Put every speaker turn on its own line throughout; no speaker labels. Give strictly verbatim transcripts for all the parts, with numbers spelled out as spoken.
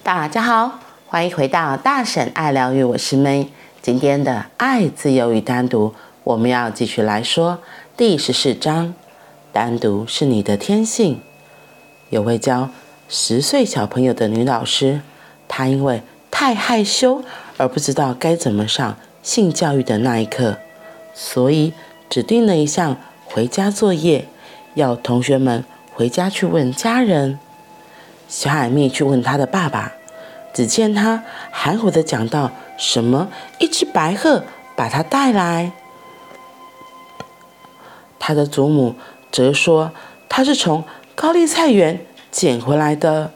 大家好，欢迎回到大婶爱疗愈，我是 May。今天的爱、自由与单独，我们要继续来说第十四章，单独是你的天性。有位教十岁小朋友的女老师，她因为太害羞而不知道该怎么上性教育的那一课，所以指定了一项回家作业，要同学们回家去问家人。小海蜜去问她的爸爸，只见他含糊地讲到什么一只白鹤把他带来，他的祖母则说他是从高丽菜园捡回来的，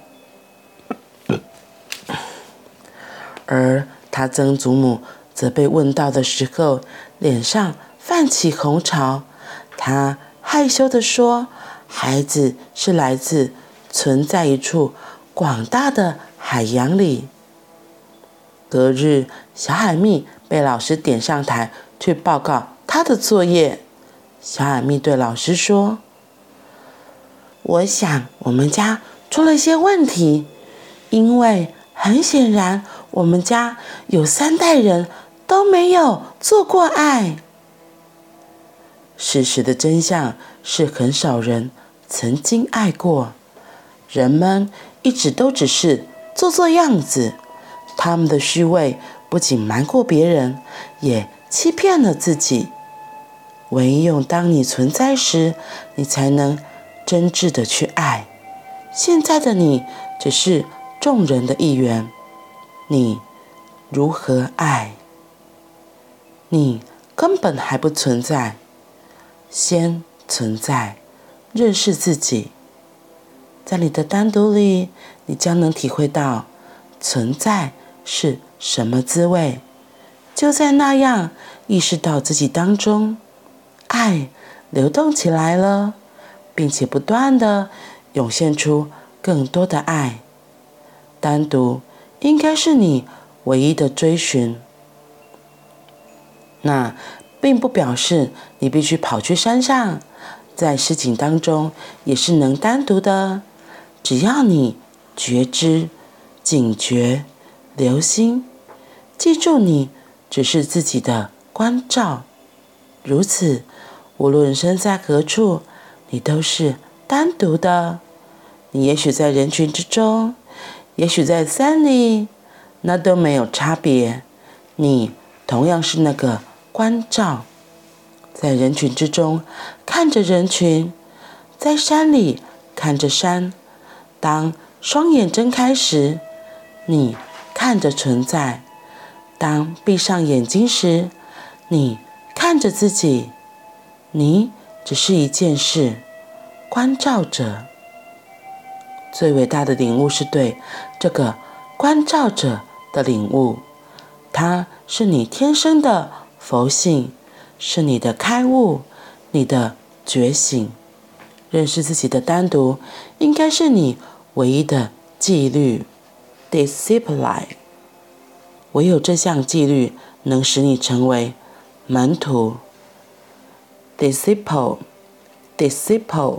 而他曾祖母则被问到的时候脸上泛起红潮，他害羞地说孩子是来自存在一处广大的海洋里。隔日，小海蜜被老师点上台去报告她的作业。小海蜜对老师说，我想我们家出了一些问题，因为很显然我们家有三代人都没有做过爱。事实的真相是很少人曾经爱过，人们一直都只是做做样子，他们的虚伪不仅瞒过别人，也欺骗了自己。唯有当你存在时，你才能真挚的去爱。现在的你只是众人的一员，你如何爱？你根本还不存在，先存在，认识自己。在你的单独里，你将能体会到存在是什么滋味。就在那样意识到自己当中，爱流动起来了，并且不断地涌现出更多的爱。单独应该是你唯一的追寻。那并不表示你必须跑去山上，在市井当中也是能单独的。只要你觉知、警觉、留心，记住你只是自己的关照。如此，无论身在何处，你都是单独的。你也许在人群之中，也许在山里，那都没有差别。你同样是那个关照，在人群之中看着人群，在山里看着山。当双眼睁开时，你看着存在；当闭上眼睛时，你看着自己。你只是一件事，关照者。最伟大的领悟是对这个关照者的领悟，它是你天生的佛性，是你的开悟，你的觉醒。认识自己的单独，应该是你唯一的纪律 discipline。 唯有这项纪律能使你成为门徒 disciple disciple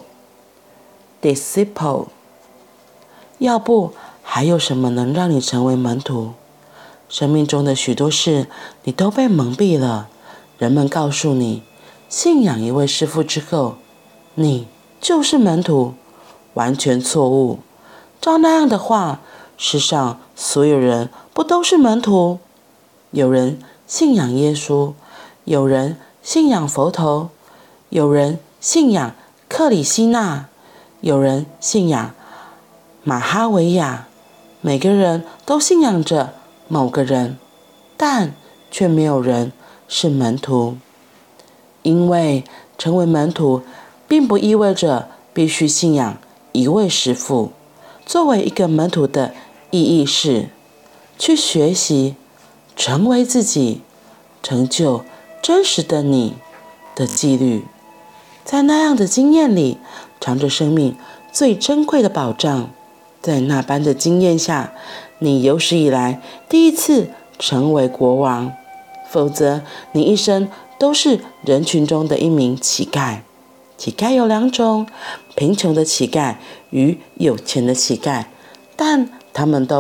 disciple。 要不还有什么能让你成为门徒？生命中的许多事你都被蒙蔽了。人们告诉你信仰一位师父之后，你就是门徒，完全错误。照那样的话，世上所有人不都是门徒？有人信仰耶稣，有人信仰佛陀，有人信仰克里希那，有人信仰马哈维亚。每个人都信仰着某个人，但却没有人是门徒。因为成为门徒并不意味着必须信仰一位师父。作为一个门徒的意义是去学习，成为自己，成就真实的你的纪律。在那样的经验里，藏着生命最珍贵的宝藏。在那般的经验下，你有史以来第一次成为国王，否则你一生都是人群中的一名乞丐。乞丐有两种，贫穷的乞丐与有钱的乞丐，但他们都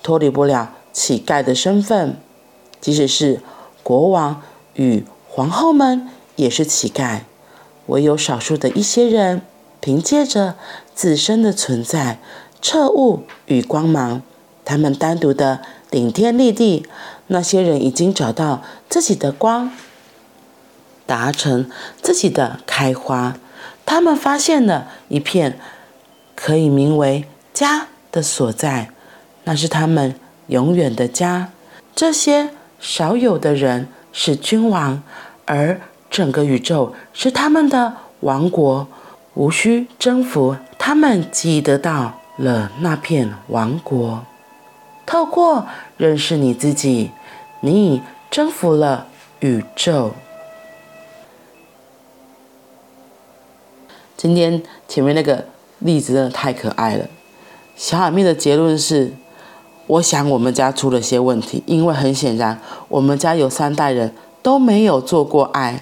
脱离不了乞丐的身份。即使是国王与皇后们也是乞丐，唯有少数的一些人凭借着自身的存在、彻悟与光芒，他们单独的顶天立地。那些人已经找到自己的光，达成自己的开花。他们发现了一片可以名为家的所在，那是他们永远的家。这些少有的人是君王，而整个宇宙是他们的王国，无需征服，他们即已得到了那片王国。透过认识你自己，你已征服了宇宙。今天前面那个例子真的太可爱了。小海蜜的结论是，我想我们家出了些问题，因为很显然我们家有三代人都没有做过爱。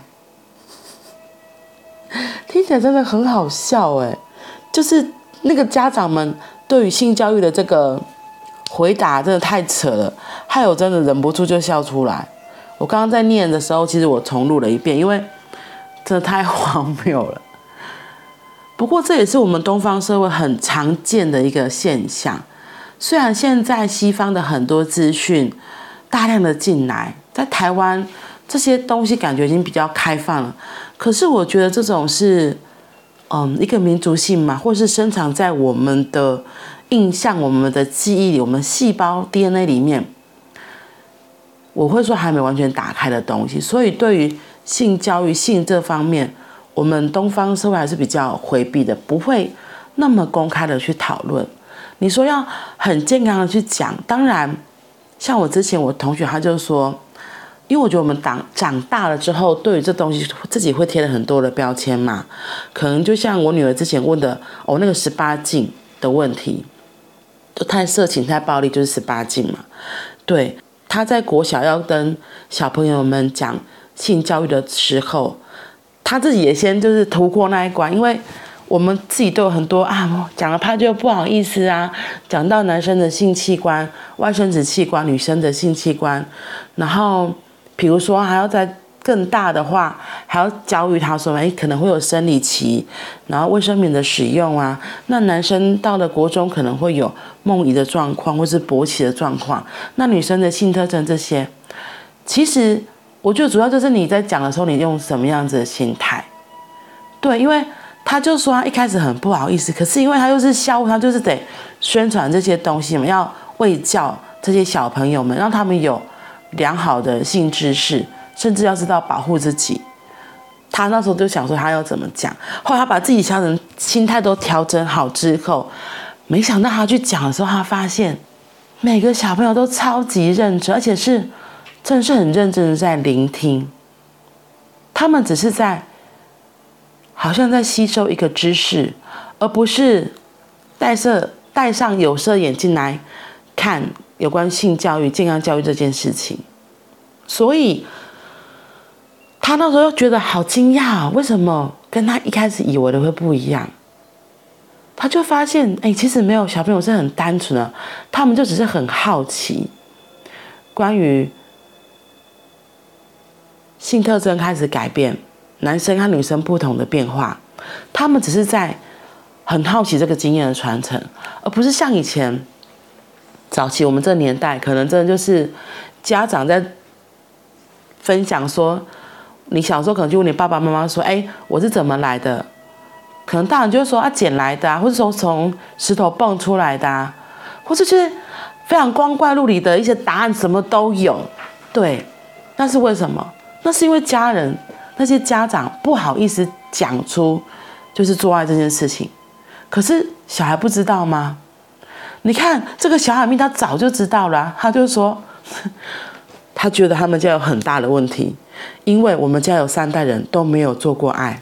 听起来真的很好笑哎，就是那个家长们对于性教育的这个回答真的太扯了，害我真的忍不住就笑出来。我刚刚在念的时候，其实我重录了一遍，因为真的太荒谬了。不过这也是我们东方社会很常见的一个现象。虽然现在西方的很多资讯大量的进来，在台湾这些东西感觉已经比较开放了，可是我觉得这种是嗯一个民族性嘛，或是深藏在我们的印象、我们的记忆里、我们细胞 D N A 里面，我会说还没完全打开的东西。所以对于性教育、性这方面，我们东方社会还是比较回避的，不会那么公开的去讨论。你说要很健康的去讲，当然，像我之前我同学他就说，因为我觉得我们长长大了之后，对于这东西自己会贴了很多的标签嘛，可能就像我女儿之前问的哦那个十八禁的问题，就太色情太暴力就是十八禁嘛。对，她在国小要跟小朋友们讲性教育的时候，她自己也先就是突破那一关，因为我们自己都有很多啊，讲了怕就不好意思啊，讲到男生的性器官、外生殖器官、女生的性器官，然后比如说还要再更大的话，还要教育他说，哎，可能会有生理期，然后卫生棉的使用啊，那男生到了国中可能会有梦遗的状况，或是勃起的状况，那女生的性特征这些，其实我觉得主要就是你在讲的时候，你用什么样子的心态，对，因为他就说他一开始很不好意思，可是因为他又是校务，他就是得宣传这些东西嘛，要卫教这些小朋友们，让他们有良好的性知识，甚至要知道保护自己。他那时候就想说他要怎么讲，后来他把自己家人心态都调整好之后，没想到他去讲的时候，他发现每个小朋友都超级认真，而且是真的是很认真的在聆听，他们只是在好像在吸收一个知识，而不是戴上戴上有色眼镜来看有关性教育、健康教育这件事情。所以他那时候又觉得好惊讶，为什么跟他一开始以为的会不一样？他就发现，哎，其实没有，小朋友是很单纯的，他们就只是很好奇，关于性特征开始改变。男生和女生不同的变化，他们只是在很好奇这个经验的传承，而不是像以前早期我们这个年代，可能真的就是家长在分享说，你小时候可能就问你爸爸妈妈说，哎，我是怎么来的？可能大人就会说啊，捡来的啊，或者说从石头蹦出来的啊，或者就是非常光怪陆离的一些答案，什么都有。对，那是为什么？那是因为家人。那些家长不好意思讲出就是做爱这件事情，可是小孩不知道吗？你看这个小海蜜他早就知道了、啊、他就说他觉得他们家有很大的问题，因为我们家有三代人都没有做过爱。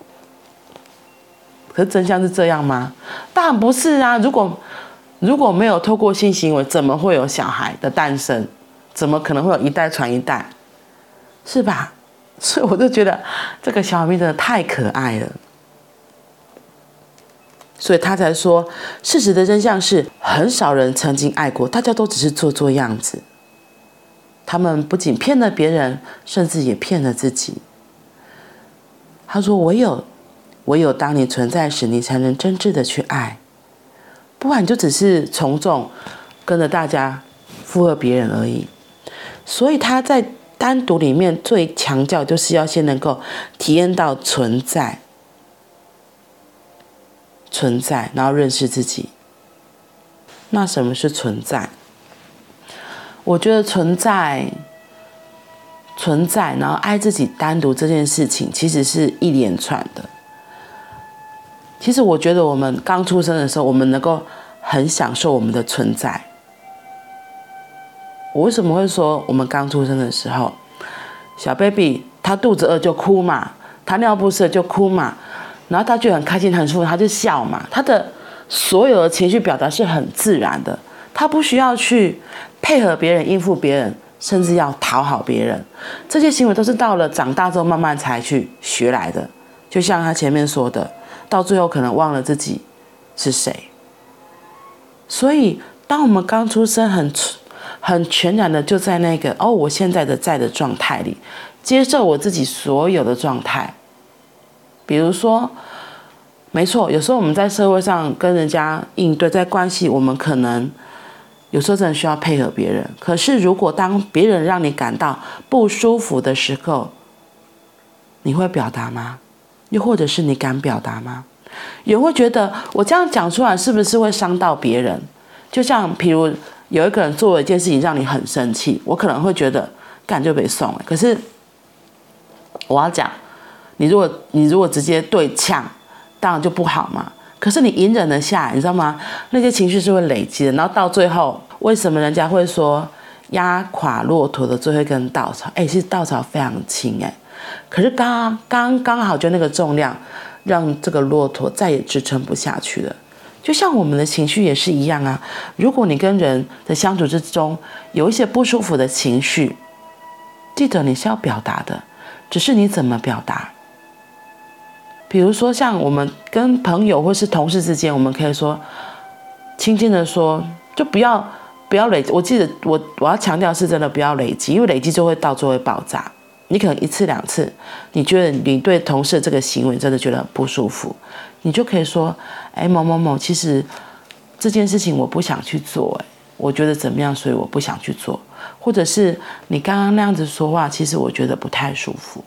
可是真相是这样吗？当然不是啊，如果如果没有透过性行为，怎么会有小孩的诞生？怎么可能会有一代传一代？是吧？所以我就觉得这个小海蜜真的太可爱了。 所以他才说，事实的真相是，很少人曾经爱过，大家都只是做做样子。他们不仅骗了别人，甚至也骗了自己。他说，唯有唯有当你存在时，你才能真挚的去爱，不然你就只是从众，跟着大家附和别人而已。所以他在单独里面最强调，就是要先能够体验到存在，存在，然后认识自己。那什么是存在？我觉得存在，存在，然后爱自己单独这件事情，其实是一连串的。其实我觉得我们刚出生的时候，我们能够很享受我们的存在。我为什么会说我们刚出生的时候，小 baby 他肚子饿就哭嘛，他尿不湿就哭嘛，然后他就很开心很舒服，他就笑嘛，他的所有的情绪表达是很自然的，他不需要去配合别人、应付别人，甚至要讨好别人。这些行为都是到了长大之后慢慢才去学来的。就像他前面说的，到最后可能忘了自己是谁。所以，当我们刚出生很很全然的就在那个哦，我现在的在的状态里，接受我自己所有的状态。比如说，没错，有时候我们在社会上跟人家应对，在关系，我们可能有时候真的需要配合别人。可是，如果当别人让你感到不舒服的时候，你会表达吗？又或者是你敢表达吗？有人会觉得我这样讲出来是不是会伤到别人？就像譬如有一个人做了一件事情让你很生气，我可能会觉得干就被送了。可是我要讲，你如果你如果直接对呛，当然就不好嘛。可是你隐忍了下来，你知道吗？那些情绪是会累积的，然后到最后，为什么人家会说压垮骆驼的最后一根稻草？哎，其实稻草非常轻哎，可是刚刚刚好就那个重量，让这个骆驼再也支撑不下去了。就像我们的情绪也是一样啊，如果你跟人的相处之中有一些不舒服的情绪，记得你是要表达的，只是你怎么表达。比如说像我们跟朋友或是同事之间，我们可以说轻轻的说，就不要不要累积。我记得我我要强调是真的不要累积，因为累积就会到最后会爆炸。你可能一次两次，你觉得你对同事的这个行为真的觉得很不舒服，你就可以说，哎，某某某，其实这件事情我不想去做，哎，我觉得怎么样，所以我不想去做。或者是你刚刚那样子说话，其实我觉得不太舒服。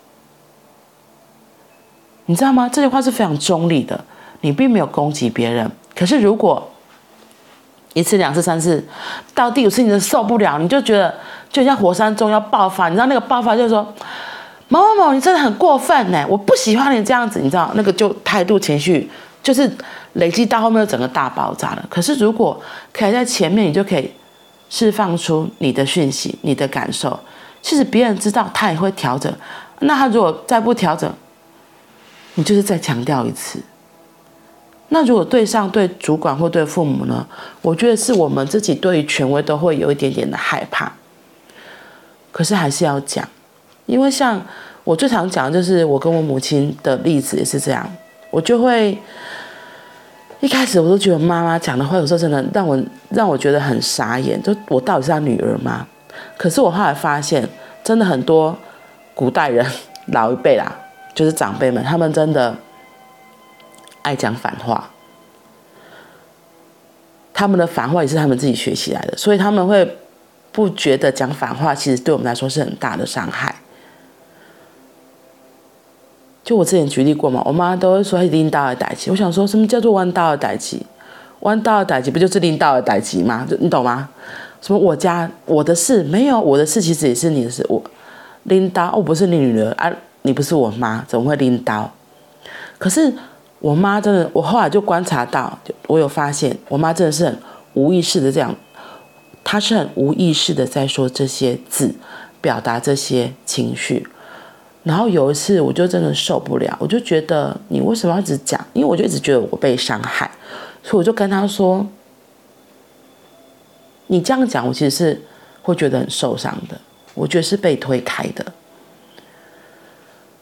你知道吗？这句话是非常中立的，你并没有攻击别人。可是如果一次、两次、三次，到第五次你就受不了，你就觉得就像火山中要爆发，你知道那个爆发就是说，某某某，你真的很过分呢，我不喜欢你这样子，你知道那个就态度、情绪就是累积到后面整个大爆炸了。可是如果可以在前面，你就可以释放出你的讯息、你的感受，其实别人知道他也会调整。那他如果再不调整，你就是再强调一次。那如果对上对主管或对父母呢？我觉得是我们自己对于权威都会有一点点的害怕，可是还是要讲，因为像我最常讲的就是我跟我母亲的例子也是这样，我就会一开始我都觉得妈妈讲的话有时候真的让我让我觉得很傻眼，就我到底是她女儿吗？可是我后来发现，真的很多古代人老一辈啦，就是长辈们，他们真的爱讲反话，他们的反话也是他们自己学习来的，所以他们会不觉得讲反话其实对我们来说是很大的伤害。就我之前举例过嘛，我妈都会说拎刀的代志，我想说什么叫做弯刀的代志？弯刀的代志不就是拎刀的代志吗？你懂吗？什么我家我的事没有，我的事其实也是你的事。我拎刀，我不是你女儿啊，你不是我妈，怎么会拎刀？可是我妈真的，我后来就观察到，我有发现，我妈真的是很无意识的这样，她是很无意识的在说这些字，表达这些情绪。然后有一次我就真的受不了，我就觉得你为什么要一直讲？因为我就一直觉得我被伤害，所以我就跟她说，你这样讲我其实是会觉得很受伤的，我觉得是被推开的。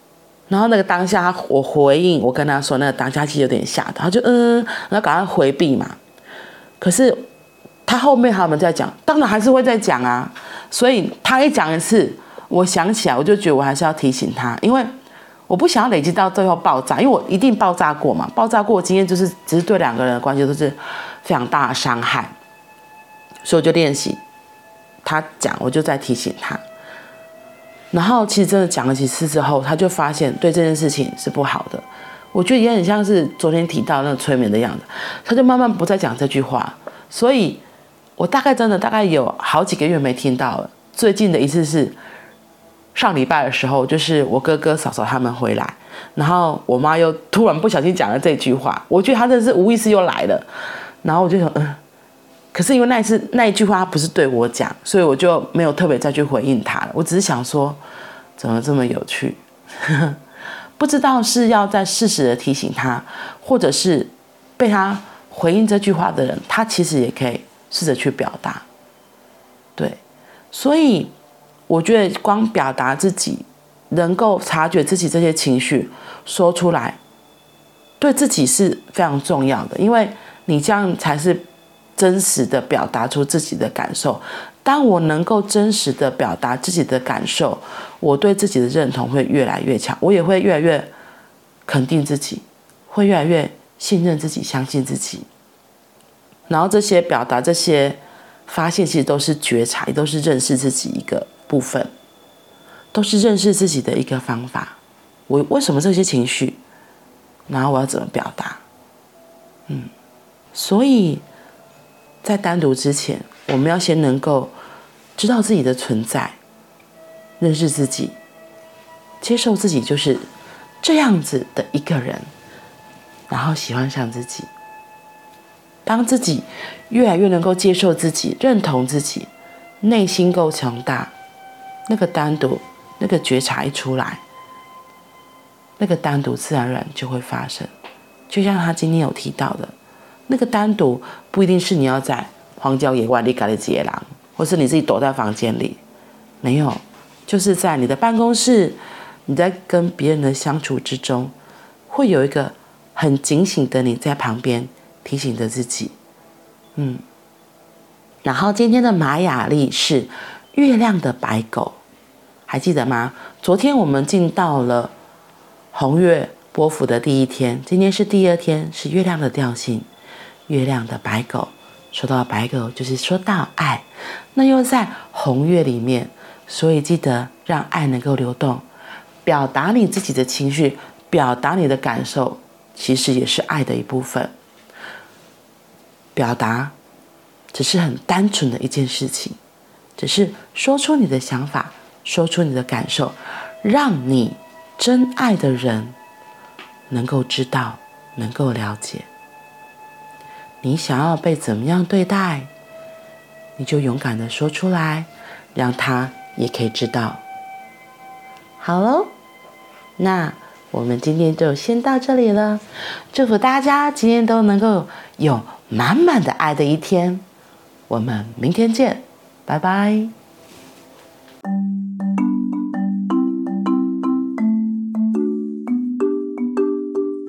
然后那个当下，他我回应，我跟他说，那个当下其实有点吓到，他就嗯，然后赶快回避嘛。可是他后面他们在讲，当然还是会再讲啊。所以他一讲一次，我想起来，我就觉得我还是要提醒他，因为我不想要累积到最后爆炸，因为我一定爆炸过嘛，爆炸过的经验就是只是对两个人的关系都是非常大的伤害，所以我就练习他讲，我就再提醒他。然后其实真的讲了几次之后，他就发现对这件事情是不好的。我觉得也很像是昨天提到那个催眠的样子，他就慢慢不再讲这句话。所以我大概真的大概有好几个月没听到了。最近的一次是上礼拜的时候，就是我哥哥嫂嫂他们回来，然后我妈又突然不小心讲了这句话，我觉得他真的是无意识又来了。然后我就想，嗯，可是因为那一次那一句话他不是对我讲，所以我就没有特别再去回应他了。我只是想说，怎么这么有趣？不知道是要再适时的提醒他，或者是被他回应这句话的人，他其实也可以试着去表达。对，所以我觉得光表达自己，能够察觉自己这些情绪，说出来，对自己是非常重要的，因为你这样才是真实的表达出自己的感受。当我能够真实的表达自己的感受，我对自己的认同会越来越强，我也会越来越肯定自己，会越来越信任自己，相信自己。然后这些表达，这些发现，其实都是觉察，也都是认识自己一个部分，都是认识自己的一个方法。我为什么这些情绪，然后我要怎么表达？嗯，所以在单独之前，我们要先能够知道自己的存在，认识自己，接受自己就是这样子的一个人，然后喜欢上自己。当自己越来越能够接受自己，认同自己，内心够强大，那个单独，那个觉察一出来，那个单独自然而然就会发生。就像他今天有提到的，那个单独不一定是你要在荒郊野外你自己的野狼，或是你自己躲在房间里，没有，就是在你的办公室，你在跟别人的相处之中，会有一个很警醒的你在旁边提醒着自己。嗯，然后今天的玛雅历是月亮的白狗，还记得吗？昨天我们进到了红月波符的第一天，今天是第二天，是月亮的调性，月亮的白狗。说到白狗，就是说到爱，那又在红月里面，所以记得让爱能够流动，表达你自己的情绪，表达你的感受，其实也是爱的一部分。表达只是很单纯的一件事情，只是说出你的想法，说出你的感受，让你真爱的人能够知道，能够了解。你想要被怎么样对待，你就勇敢的说出来，让他也可以知道。好咯，那我们今天就先到这里了。祝福大家今天都能够有满满的爱的一天。我们明天见，拜拜。